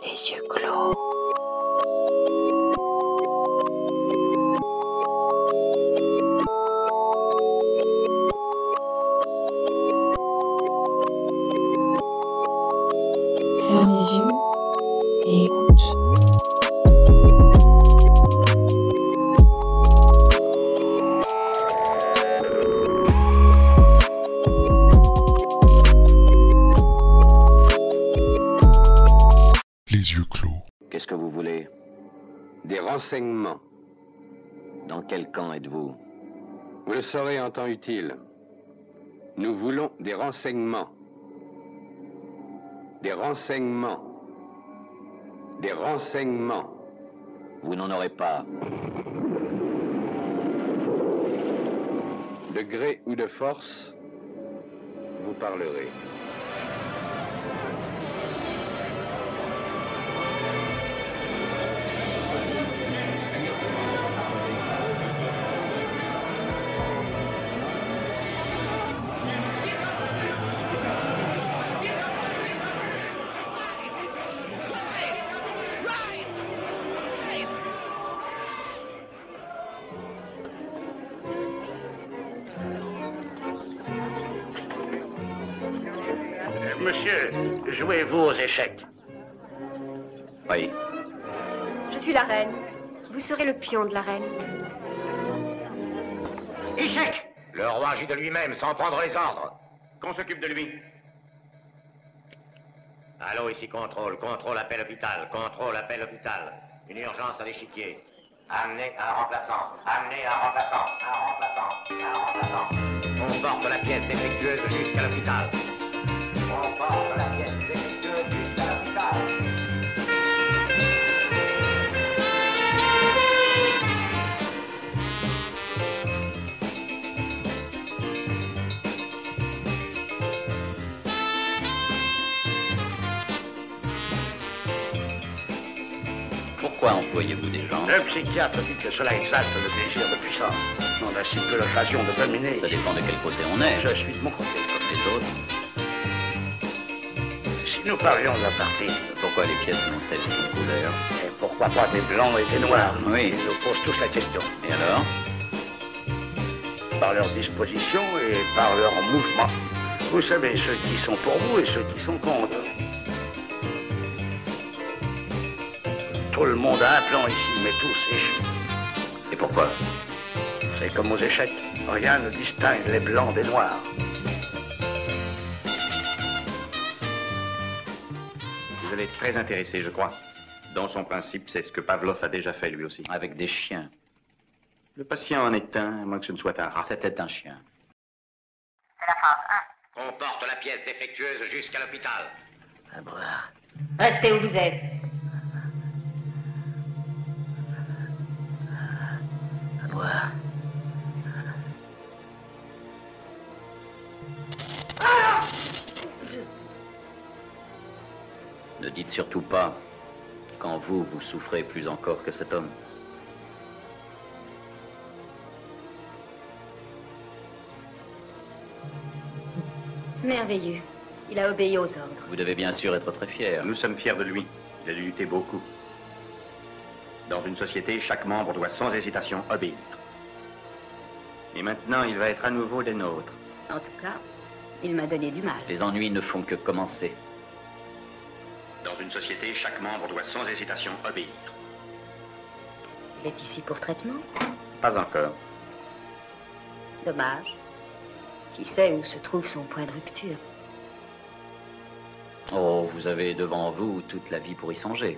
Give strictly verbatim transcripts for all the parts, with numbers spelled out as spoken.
Les yeux clos. Ferme les yeux et écoute. Les yeux clos. Qu'est-ce que vous voulez? Des renseignements. Dans quel camp êtes-vous? Vous le saurez en temps utile. Nous voulons des renseignements. Des renseignements. Des renseignements. Vous n'en aurez pas. De gré ou de force, vous parlerez. Monsieur, jouez-vous aux échecs? Oui. Je suis la reine. Vous serez le pion de la reine. Échec! Le roi agit de lui-même sans prendre les ordres. Qu'on s'occupe de lui. Allô, ici contrôle. Contrôle appel hôpital. Contrôle appel hôpital. Une urgence à l'échiquier. Amenez un remplaçant. Amenez un remplaçant. Un remplaçant. Un remplaçant. On porte la pièce défectueuse jusqu'à l'hôpital. On porte la pièce défectueuse jusqu'à l'hôpital. Pourquoi employez-vous des gens? Le psychiatre dit que cela exalte le désir de puissance. On a si peu l'occasion de dominer. Ça dépend de quel côté on est. Je suis de mon côté. Comme les autres. Si nous parlions à partir, Pourquoi les pièces n'ont-elles qu'une couleur? et pourquoi pas des blancs et des noirs? Oui. Ils nous posent tous la question. Et alors? Par leur disposition et par leur mouvement. Vous savez, ceux qui sont pour vous et ceux qui sont contre. Tout le monde a un plan ici, mais tous échouent. Et pourquoi? C'est comme aux échecs. Rien ne distingue les blancs des noirs. Vous allez être très intéressé, je crois. Dans son principe, c'est ce que Pavlov a déjà fait lui aussi. Avec des chiens. Le patient en est un, à moins que ce ne soit un rat. C'était un chien. C'est la phase un. On porte la pièce défectueuse jusqu'à l'hôpital. À boire. Restez où vous êtes. À boire. Ne dites surtout pas qu'en vous, vous souffrez plus encore que cet homme. Merveilleux. Il a obéi aux ordres. Vous devez bien sûr être très fier. Nous sommes fiers de lui. Il a lutté beaucoup. Dans une société, chaque membre doit sans hésitation obéir. Et maintenant, il va être à nouveau des nôtres. En tout cas, il m'a donné du mal. Les ennuis ne font que commencer. Dans une société, chaque membre doit sans hésitation obéir. Il est ici pour traitement. Pas encore. Dommage. Qui sait où se trouve son point de rupture? Oh, vous avez devant vous toute la vie pour y songer.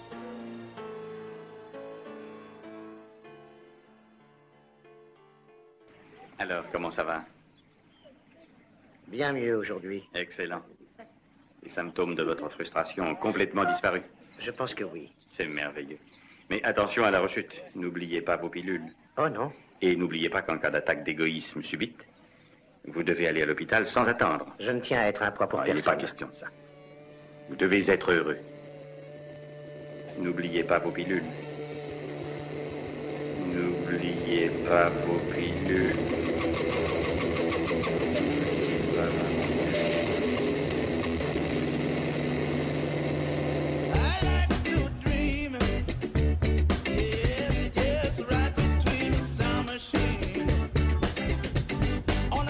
Alors, comment ça va? Bien mieux aujourd'hui. Excellent. Les symptômes de votre frustration ont complètement disparu. Je pense que oui. C'est merveilleux. Mais attention à la rechute. N'oubliez pas vos pilules. Oh non. Et n'oubliez pas qu'en cas d'attaque d'égoïsme subite, vous devez aller à l'hôpital sans attendre. Je ne tiens à être un poids pour Ah, il n'est personne. pas question de ça. Vous devez être heureux. N'oubliez pas vos pilules. N'oubliez pas vos pilules. I like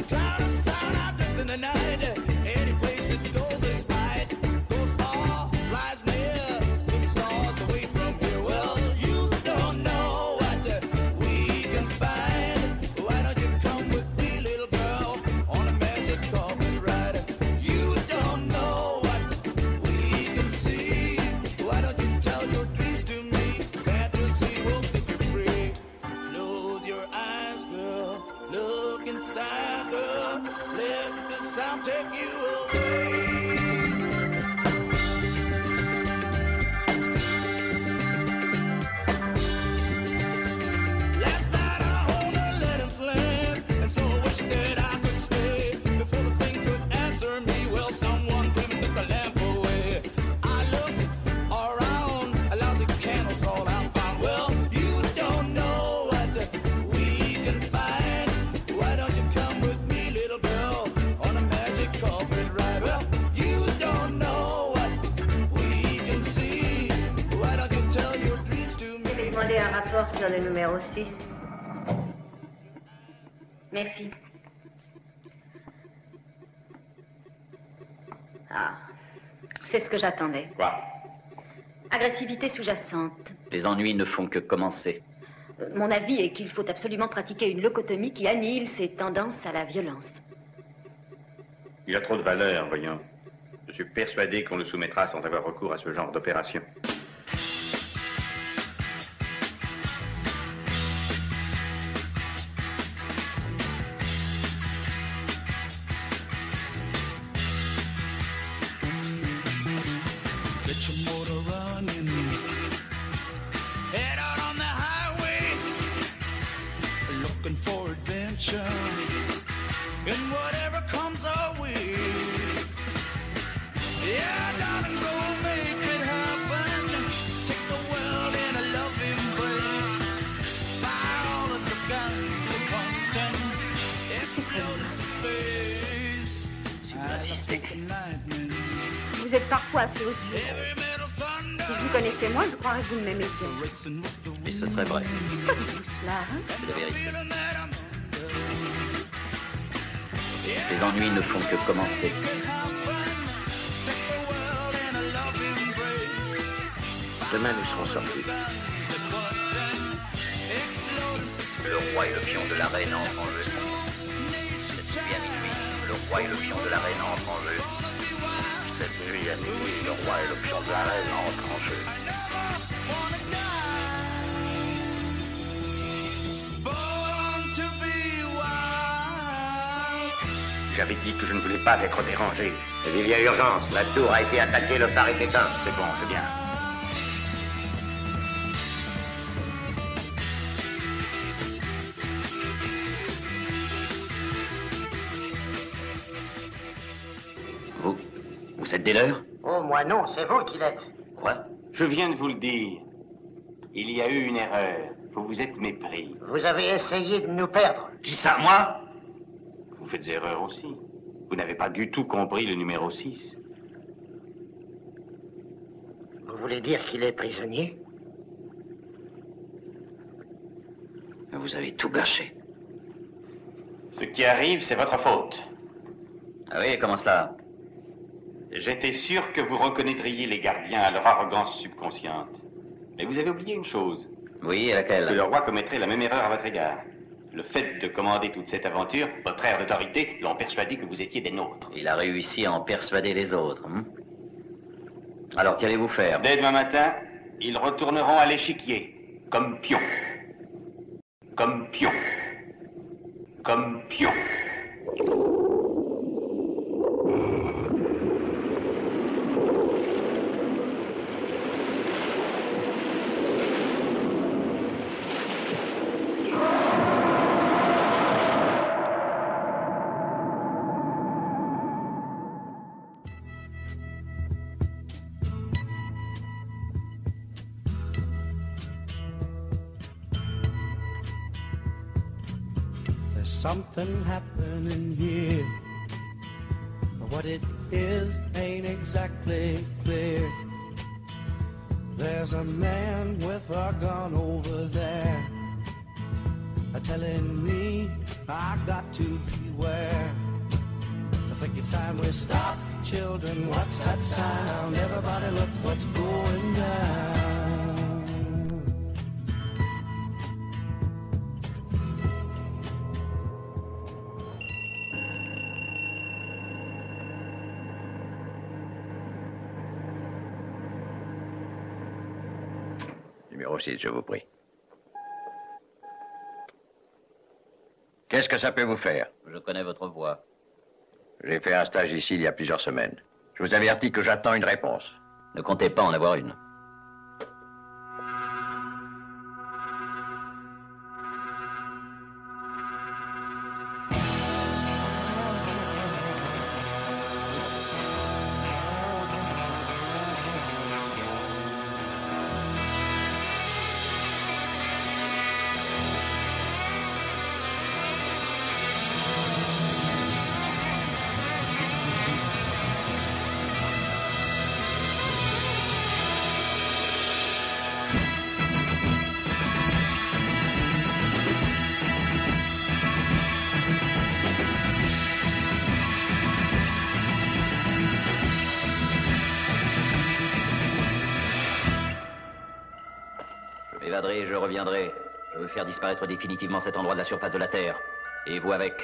Un rapport sur le numéro six. Merci. Ah, c'est ce que j'attendais. Quoi? Agressivité sous-jacente. Les ennuis ne font que commencer. Euh, Mon avis est qu'il faut absolument pratiquer une locotomie qui annihile ces tendances à la violence. Il a trop de valeur, voyons. Je suis persuadé qu'on le soumettra sans avoir recours à ce genre d'opération. Vous êtes parfois assez odieux. Si je vous connaissais moins, je croirais que vous ne m'aimez bien. Et ce serait vrai. Pas du tout cela, hein? C'est la vérité. Les ennuis ne font que commencer. Demain, nous serons sortis. Le roi et le pion de la reine entrent en jeu. Cette nuit à minuit, le roi et le pion de la reine entrent en jeu. Cette nuit à minuit, le roi et le pion de la reine entrent en jeu. J'avais dit que je ne voulais pas être dérangé. Mais il y a urgence. La tour a été attaquée, le phare est éteint. C'est bon, c'est bien. Vous Vous êtes des leurs? Oh, moi non, c'est vous qui l'êtes. Quoi? Je viens de vous le dire. Il y a eu une erreur. Vous vous êtes mépris. Vous avez essayé de nous perdre. Qui ça, moi? Vous faites erreur aussi. Vous n'avez pas du tout compris le numéro six. Vous voulez dire qu'il est prisonnier? Vous avez tout gâché. Ce qui arrive, c'est votre faute. Ah oui, comment cela? J'étais sûr que vous reconnaîtriez les gardiens à leur arrogance subconsciente. Mais vous avez oublié une chose. Oui, Que laquelle? le roi commettrait la même erreur à votre égard. Le fait de commander toute cette aventure, votre air d'autorité l'ont persuadé que vous étiez des nôtres. Il a réussi à en persuader les autres. Hein? Alors, qu'allez-vous faire? Dès demain matin, ils retourneront à l'échiquier, comme pions. Comme pions. Comme pions. Something happening here, but what it is ain't exactly clear. There's a man with a gun over there, telling me I got to beware. I think it's time we stop. Children, what's that sound? Everybody look what's going down. Numéro six, je vous prie. Qu'est-ce que ça peut vous faire? Je connais votre voix. J'ai fait un stage ici il y a plusieurs semaines. Je vous avertis que j'attends une réponse. Ne comptez pas en avoir une. Je reviendrai. Je veux faire disparaître définitivement cet endroit de la surface de la Terre. Et vous avec.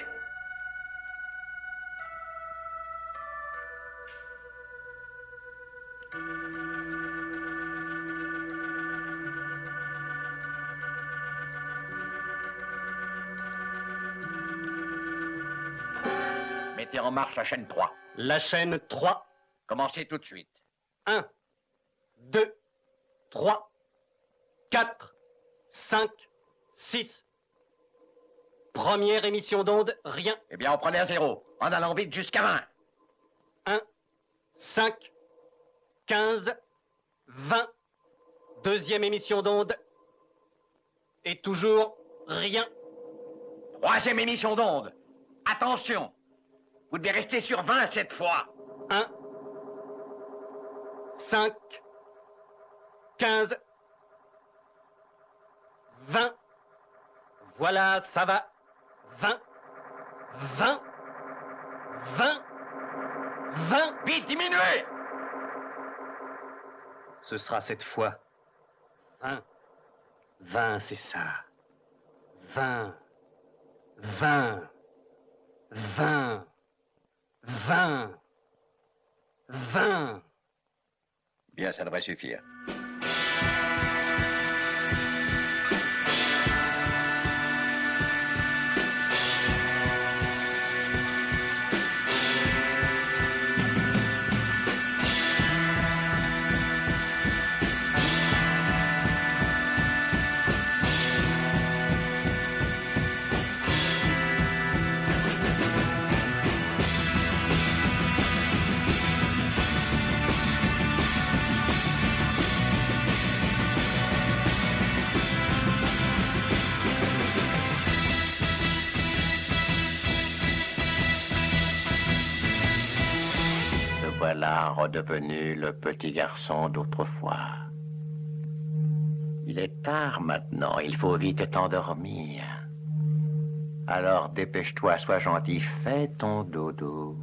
Mettez en marche la chaîne trois. La chaîne trois. Commencez tout de suite. un, deux, trois, quatre, cinq, six. Première émission d'onde, rien. Eh bien, on prenait à zéro, en allant vite jusqu'à vingt. un, cinq, quinze, vingt. Deuxième émission d'onde. Et toujours rien. Troisième émission d'onde. Attention, vous devez rester sur vingt cette fois. un, cinq, quinze, vingt. Voilà, ça va. vingt, vingt, vingt, vingt. Vite, diminuez. Ce sera cette fois. vingt. vingt, c'est ça. vingt. vingt. vingt. vingt. vingt. Bien, ça devrait suffire. Voilà redevenu le petit garçon d'autrefois. Il est tard maintenant, il faut vite t'endormir. Alors dépêche-toi, sois gentil, fais ton dodo.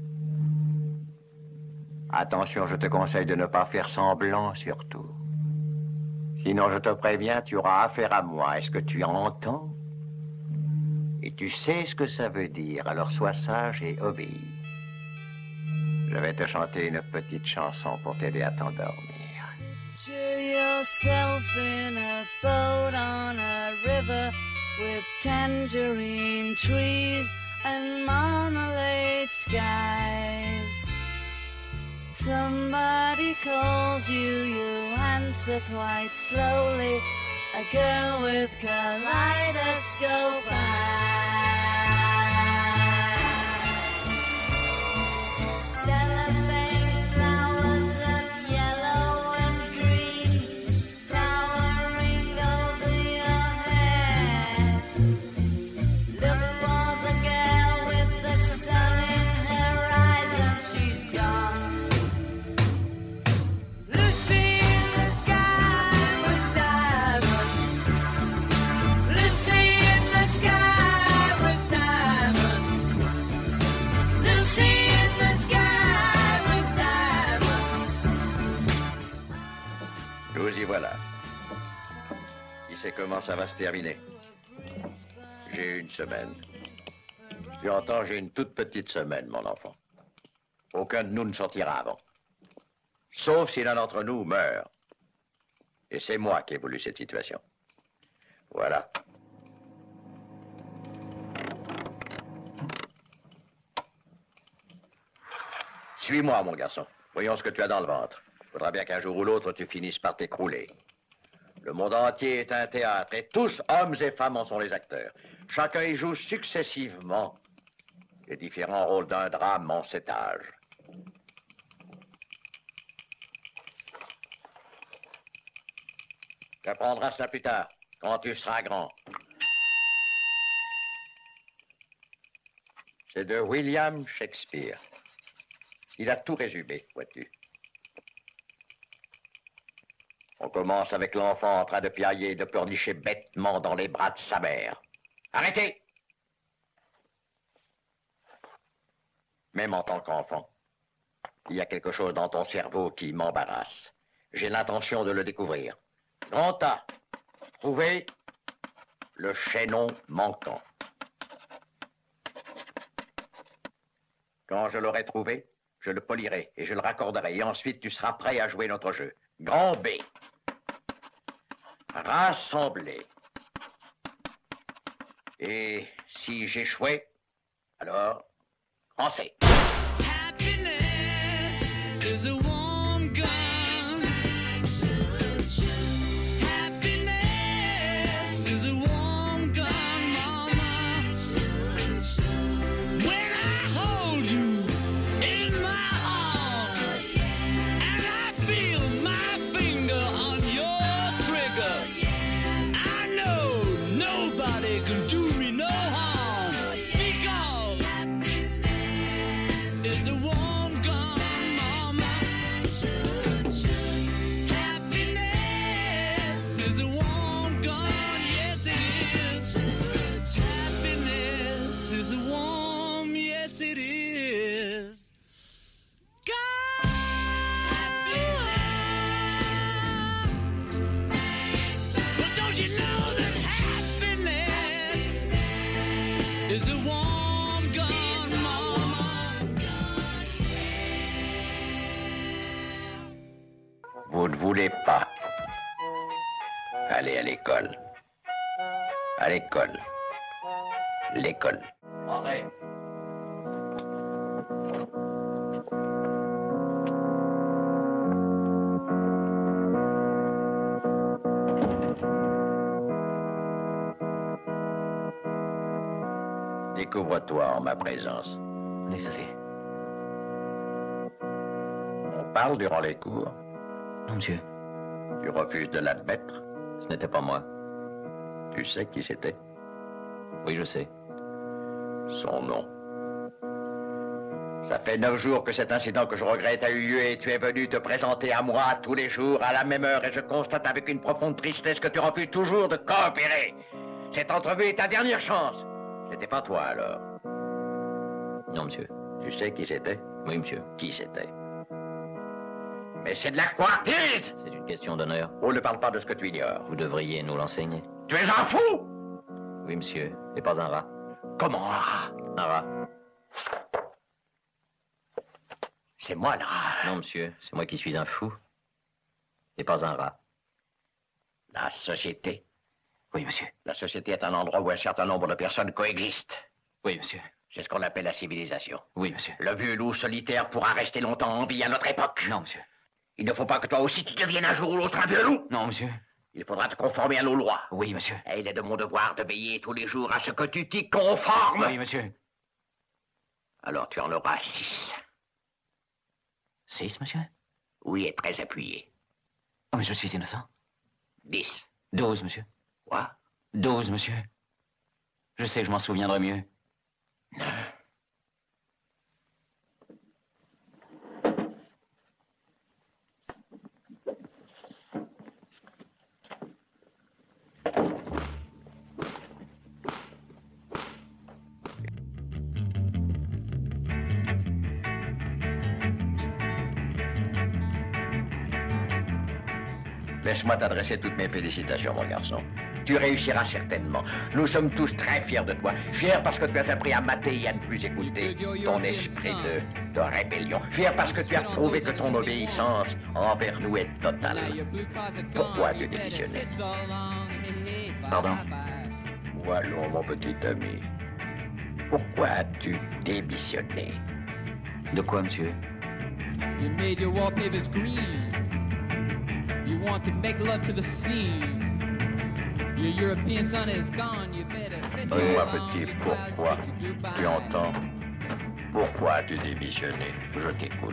Attention, je te conseille de ne pas faire semblant surtout. Sinon, je te préviens, tu auras affaire à moi. Est-ce que tu entends? Et tu sais ce que ça veut dire, alors sois sage et obéis. Je vais te chanter une petite chanson pour t'aider à t'endormir. Picture yourself in a boat on a river with tangerine trees and marmalade skies. Somebody calls you, you answer quite slowly. A girl with kaleidoscope eyes. Lucy in the sky. comment ça va se terminer. J'ai une semaine. Tu entends, j'ai une toute petite semaine, mon enfant. Aucun de nous ne sortira avant. Sauf si l'un d'entre nous meurt. Et c'est moi qui ai voulu cette situation. Voilà. Suis-moi, mon garçon. Voyons ce que tu as dans le ventre. Il faudra bien qu'un jour ou l'autre, tu finisses par t'écrouler. Le monde entier est un théâtre et tous, hommes et femmes, en sont les acteurs. Chacun y joue successivement les différents rôles d'un drame en cet âge. Tu apprendras cela plus tard, quand tu seras grand. C'est de William Shakespeare. Il a tout résumé, vois-tu. On commence avec l'enfant en train de piailler et de pleurnicher bêtement dans les bras de sa mère. Arrêtez! Même en tant qu'enfant, il y a quelque chose dans ton cerveau qui m'embarrasse. J'ai l'intention de le découvrir. Grand A, trouver le chaînon manquant. Quand je l'aurai trouvé, je le polirai et je le raccorderai. Et ensuite, tu seras prêt à jouer notre jeu. Grand B. Rassembler. Et si j'échouais, alors, grand C. Happiness is a warm gun. Happiness is a warm gun, mama. When I hold you in my arms and I feel my finger on your trigger, I know nobody can do me no harm because it's a warm gun, mama. Happiness is a warm gun, yes it is. Happiness is a warm, yes it is. God. But don't you know that happiness is a warm gun, mama? Vous ne voulez pas aller à l'école. À l'école. L'école. Entrez. Découvre-toi en ma présence. Désolé. On parle durant les cours. Non, monsieur. Tu refuses de l'admettre. Ce n'était pas moi. Tu sais qui c'était? Oui, je sais. Son nom. Ça fait neuf jours que cet incident que je regrette a eu lieu et tu es venu te présenter à moi tous les jours à la même heure et je constate avec une profonde tristesse que tu refuses toujours de coopérer. Cette entrevue est ta dernière chance. C'était pas toi alors. Non, monsieur. Tu sais qui c'était? Oui, monsieur. Qui c'était? Mais c'est de la couardise! C'est une question d'honneur. On ne parle pas de ce que tu ignores. Vous devriez nous l'enseigner. Tu es un fou! Oui, monsieur. Et pas un rat. Comment un rat? Un rat. C'est moi le rat. Non, monsieur. C'est moi qui suis un fou. Et pas un rat. La société. Oui, monsieur. La société est un endroit où un certain nombre de personnes coexistent. Oui, monsieur. C'est ce qu'on appelle la civilisation. Oui, monsieur. Le vieux loup solitaire pourra rester longtemps en vie à notre époque. Non, monsieur. Il ne faut pas que toi aussi tu deviennes un jour ou l'autre un vieux loup. Non, monsieur. Il faudra te conformer à nos lois. Oui, monsieur. Et il est de mon devoir de veiller tous les jours à ce que tu t'y conformes. Oui, monsieur. Alors tu en auras six. Six, monsieur? Oui, et très appuyé. Oh, mais je suis innocent. Dix. Douze, monsieur. Quoi? Douze, monsieur. Je sais que je m'en souviendrai mieux. Non. Laisse-moi t'adresser toutes mes félicitations, mon garçon. Tu réussiras certainement. Nous sommes tous très fiers de toi. Fiers parce que tu as appris à mater et à ne plus écouter ton esprit de, de rébellion. Fiers parce que tu as prouvé que ton obéissance envers nous est totale. Pourquoi as-tu démissionné? Pardon? Allons, mon petit ami. Pourquoi as-tu démissionné? De quoi, monsieur? You made your wallpapers green. You want to make love to the scene. Your European sun is gone. You better say so. Dis-moi, petit, pourquoi? Tu entends? Pourquoi as-tu démissionné? Je t'écoute.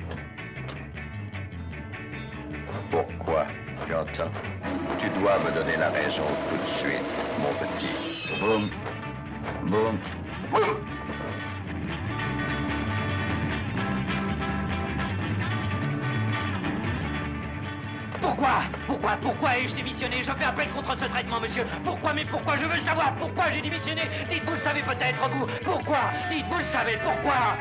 Pourquoi? Tu entends? Tu dois me donner la raison tout de suite, mon petit. Boum. Boum. Boum. Pourquoi? Pourquoi? Pourquoi ai-je démissionné? Je fais appel contre ce traitement, monsieur. Pourquoi? Mais pourquoi? Je veux savoir pourquoi j'ai démissionné. Dites, vous le savez peut-être, vous. Pourquoi? Dites, vous le savez, pourquoi?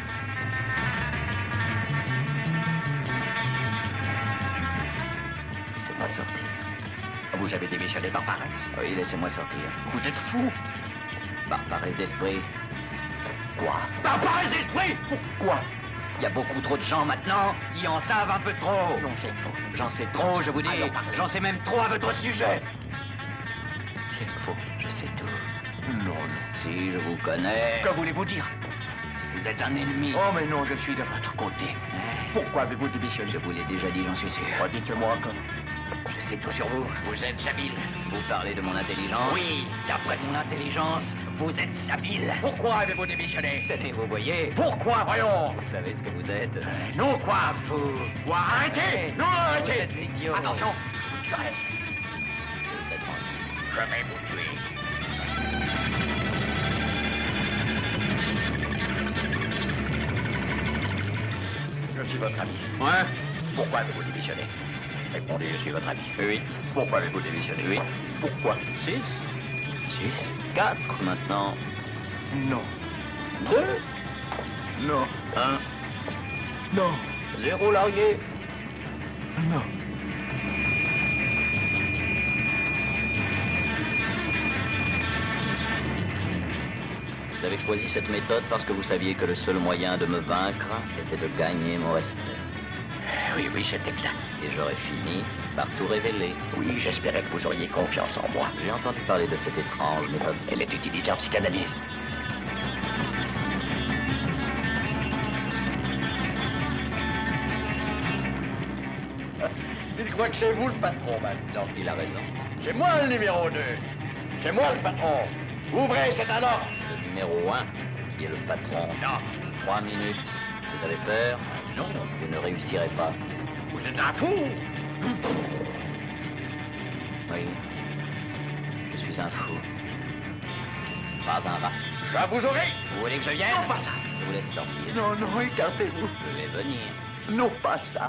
Laissez-moi sortir. Vous avez démissionné par paresse? Oui, laissez-moi sortir. Vous êtes fou? Par paresse d'esprit. Quoi? Par paresse d'esprit? Pourquoi? Il y a beaucoup trop de gens maintenant qui en savent un peu trop. Non, c'est faux. J'en sais trop, je vous dis. J'en sais même trop à votre sujet. C'est faux. Je sais tout. Non, non. Si, je vous connais. Que voulez-vous dire? Vous êtes un ennemi. Oh, mais non, je suis de votre côté. Pourquoi avez-vous démissionné? Je vous l'ai déjà dit, j'en suis sûr. Dites-moi encore. Je sais tout sur vous. Vous êtes habile. Vous parlez de mon intelligence? Oui. D'après mon intelligence, vous êtes habile. Pourquoi avez-vous démissionné? Tenez, vous voyez. Pourquoi, voyons? Vous savez ce que vous êtes. Non, quoi? Vous... Quoi? Arrêtez! Non, arrêtez! Vous êtes idiot. Attention, vous tuerez. Je serai tranquille. Je vais vous tuer. Je suis votre ami. Ouais? Pourquoi avez-vous démissionné? Répondez, je suis votre ami. Oui. Pourquoi avez-vous démissionné? Oui. Pourquoi? Six. Six. Quatre maintenant. Non. Deux. Non. Un. Non. Zéro largué. Non. Vous avez choisi cette méthode parce que vous saviez que le seul moyen de me vaincre était de gagner mon respect. Oui, oui, c'est exact. Et j'aurais fini par tout révéler. Oui, j'espérais que vous auriez confiance en moi. J'ai entendu parler de cette étrange méthode. Elle est utilisée en psychanalyse. Il croit que c'est vous le patron maintenant. Il a raison. C'est moi le numéro deux. C'est moi le patron. Ouvrez, c'est un ordre. Le numéro un, qui est le patron. Non. Trois minutes. Vous avez peur? Non. Vous ne réussirez pas. Vous êtes un fou. Oui. Je suis un fou. Pas un rat. Je vous aurai. Vous voulez que je vienne? Non, pas ça. Je vous laisse sortir. Non, non, écartez-vous. Je vais venir. Non, pas ça.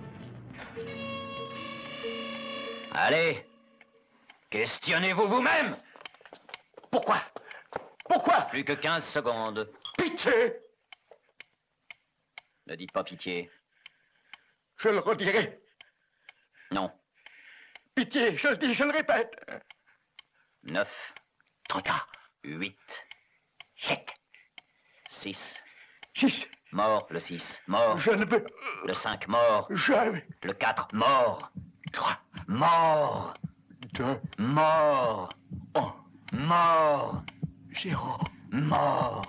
Allez. Questionnez-vous vous-même. Pourquoi? Pourquoi? Plus que quinze secondes. Pitié. Ne dites pas pitié. Je le redirai. Non. Pitié, je le dis, je le répète. Neuf. Trop tard. Huit. Sept. Six. Six. Mort, le six. Mort. Je ne veux... Le cinq. Mort. Je... Le quatre. Mort. Trois. Mort. Deux. Mort. Un. Mort. Zéro. Mort.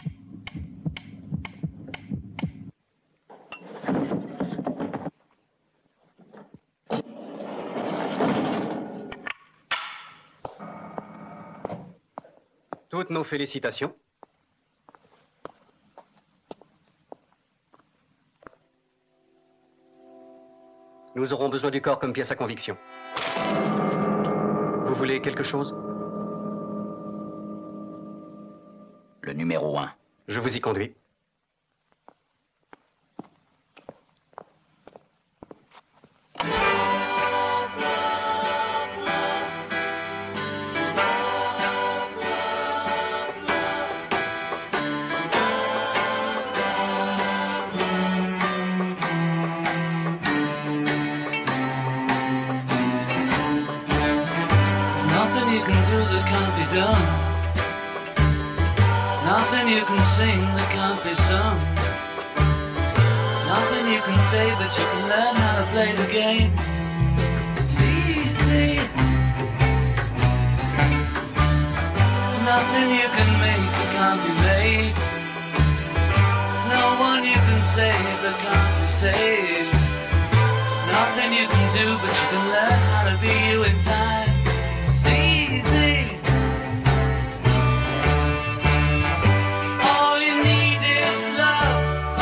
Toutes nos félicitations. Nous aurons besoin du corps comme pièce à conviction. Vous voulez quelque chose? Le numéro un. Je vous y conduis. Nothing you can do that can't be done. Nothing you can sing that can't be sung. Nothing you can say, but you can learn how to play the game. It's easy. Nothing you can make that can't be made. No one you can save that can't be saved. Nothing you can do, but you can learn how to be you in time. It's easy. All you need is love.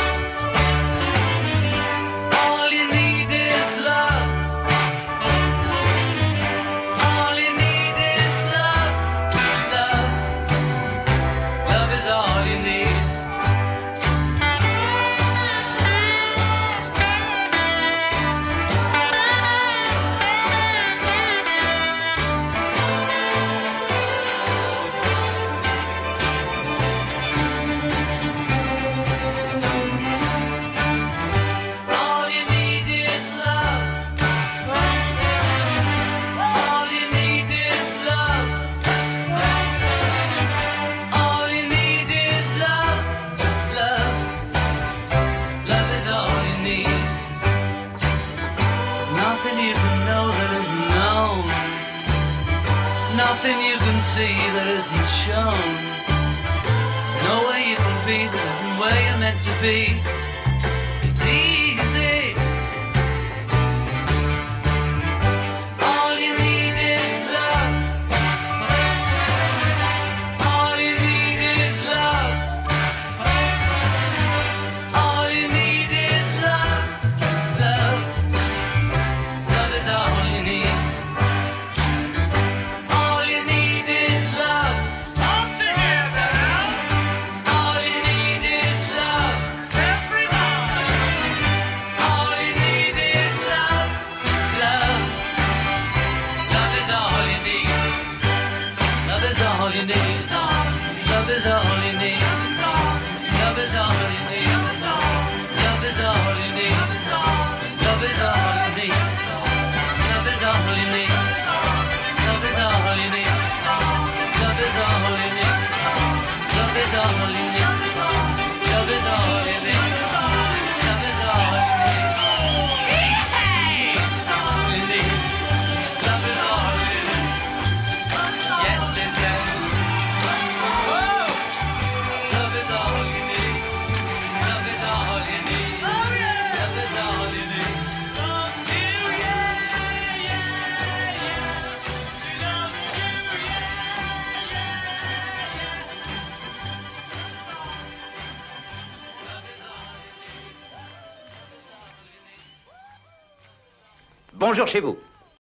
All you need is love. All you need is love. Love. Love is all you need. Nothing you can see that isn't shown. There's no way you can be that isn't where you're meant to be. It's easy. All you need is love. All you need is love. All you need is love. Love. Love is all you need. Love is all you need. Love is all you need. Love is all you need. Love is all you need. Love is all you need. Love is all you need. Love is all you need. Love is all you need. Love is all you need. Love is all you need. Love is all you need. Yes, it can. Love is all you need. Love is all you need. Love is all you need. Love you, yeah, yeah, yeah. She loves you, yeah, yeah, yeah. Bonjour chez vous.